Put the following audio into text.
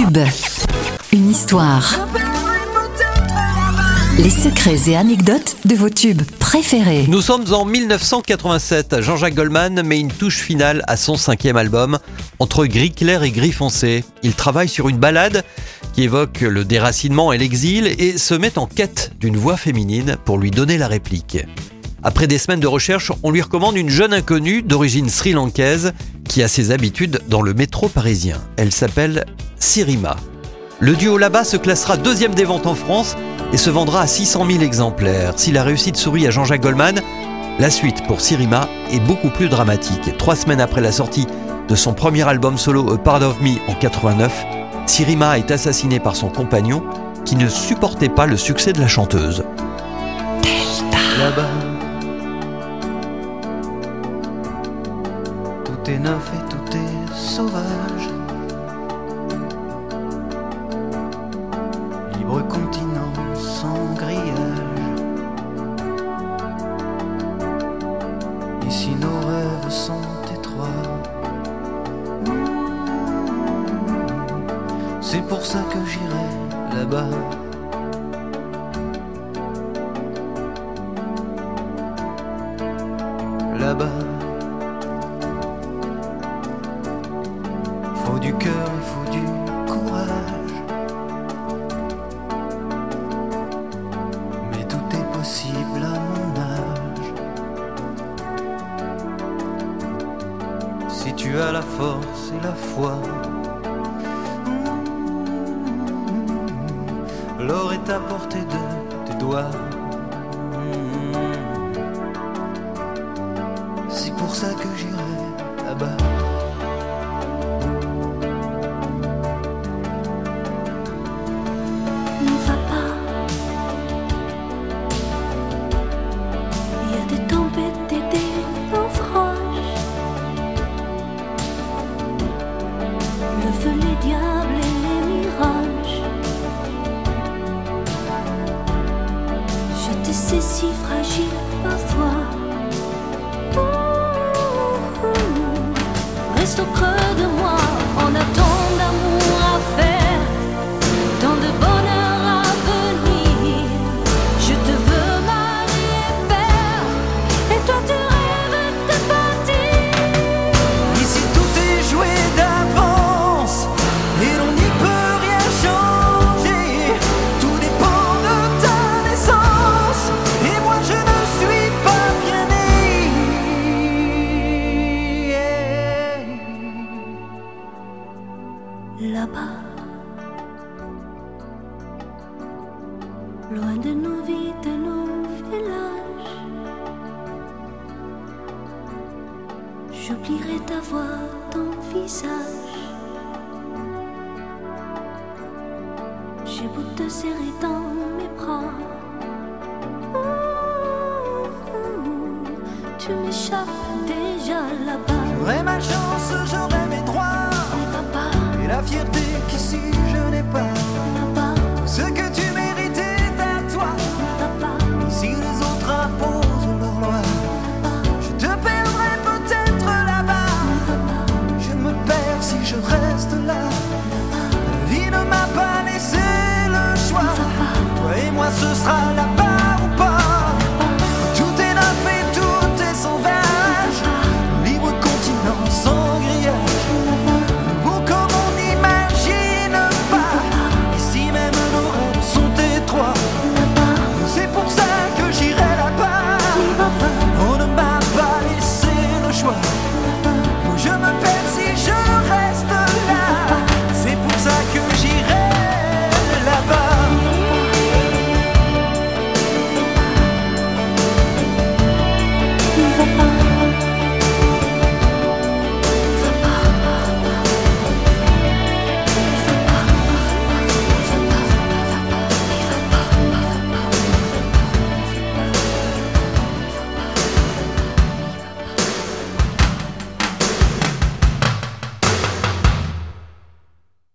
Tube, une histoire. Les secrets et anecdotes de vos tubes préférés. Nous sommes en 1987. Jean-Jacques Goldman met une touche finale à son 5e album, Entre gris clair et gris foncé. Il travaille sur une ballade qui évoque le déracinement et l'exil et se met en quête d'une voix féminine pour lui donner la réplique. Après des semaines de recherche, on lui recommande une jeune inconnue d'origine sri-lankaise qui a ses habitudes dans le métro parisien. Elle s'appelle Sirima. Le duo là-bas se classera 2e des ventes en France et se vendra à 600 000 exemplaires. Si la réussite sourit à Jean-Jacques Goldman, la suite pour Sirima est beaucoup plus dramatique. 3 semaines après la sortie de son premier album solo A Part of Me en 89, Sirima est assassinée par son compagnon qui ne supportait pas le succès de la chanteuse. Là-bas, tout est neuf et tout est sauvage. Libre continent sans grillage. Ici nos rêves sont étroits. C'est pour ça que j'irai là-bas. Là-bas, faut du cœur et faut du courage. Mais tout est possible à mon âge. Si tu as la force et la foi, l'or est à portée de tes doigts. C'est pour ça que j'irai là-bas. Ne va pas. Il y a des tempêtes et des naufrages. Le feu, les diables et les mirages. Je te sais si fragile parfois. Reste au creux de moi, on a tant d'amour à faire, tant de bonheur à venir. Je te veux mari et père, et toi tu rêves de partir. Ici tout est joué d'avance, et l'on n'y peut rien changer. Tout dépend de ta naissance, et moi je ne suis pas bien né. Là-bas, loin de nos vies, de nos villages, j'oublierai ta voix, ton visage. J'ai beau te serrer dans mes bras, tu m'échappes déjà là-bas. J'aurais ma chance, j'aurais mes droits, Ne va pas. et la fierté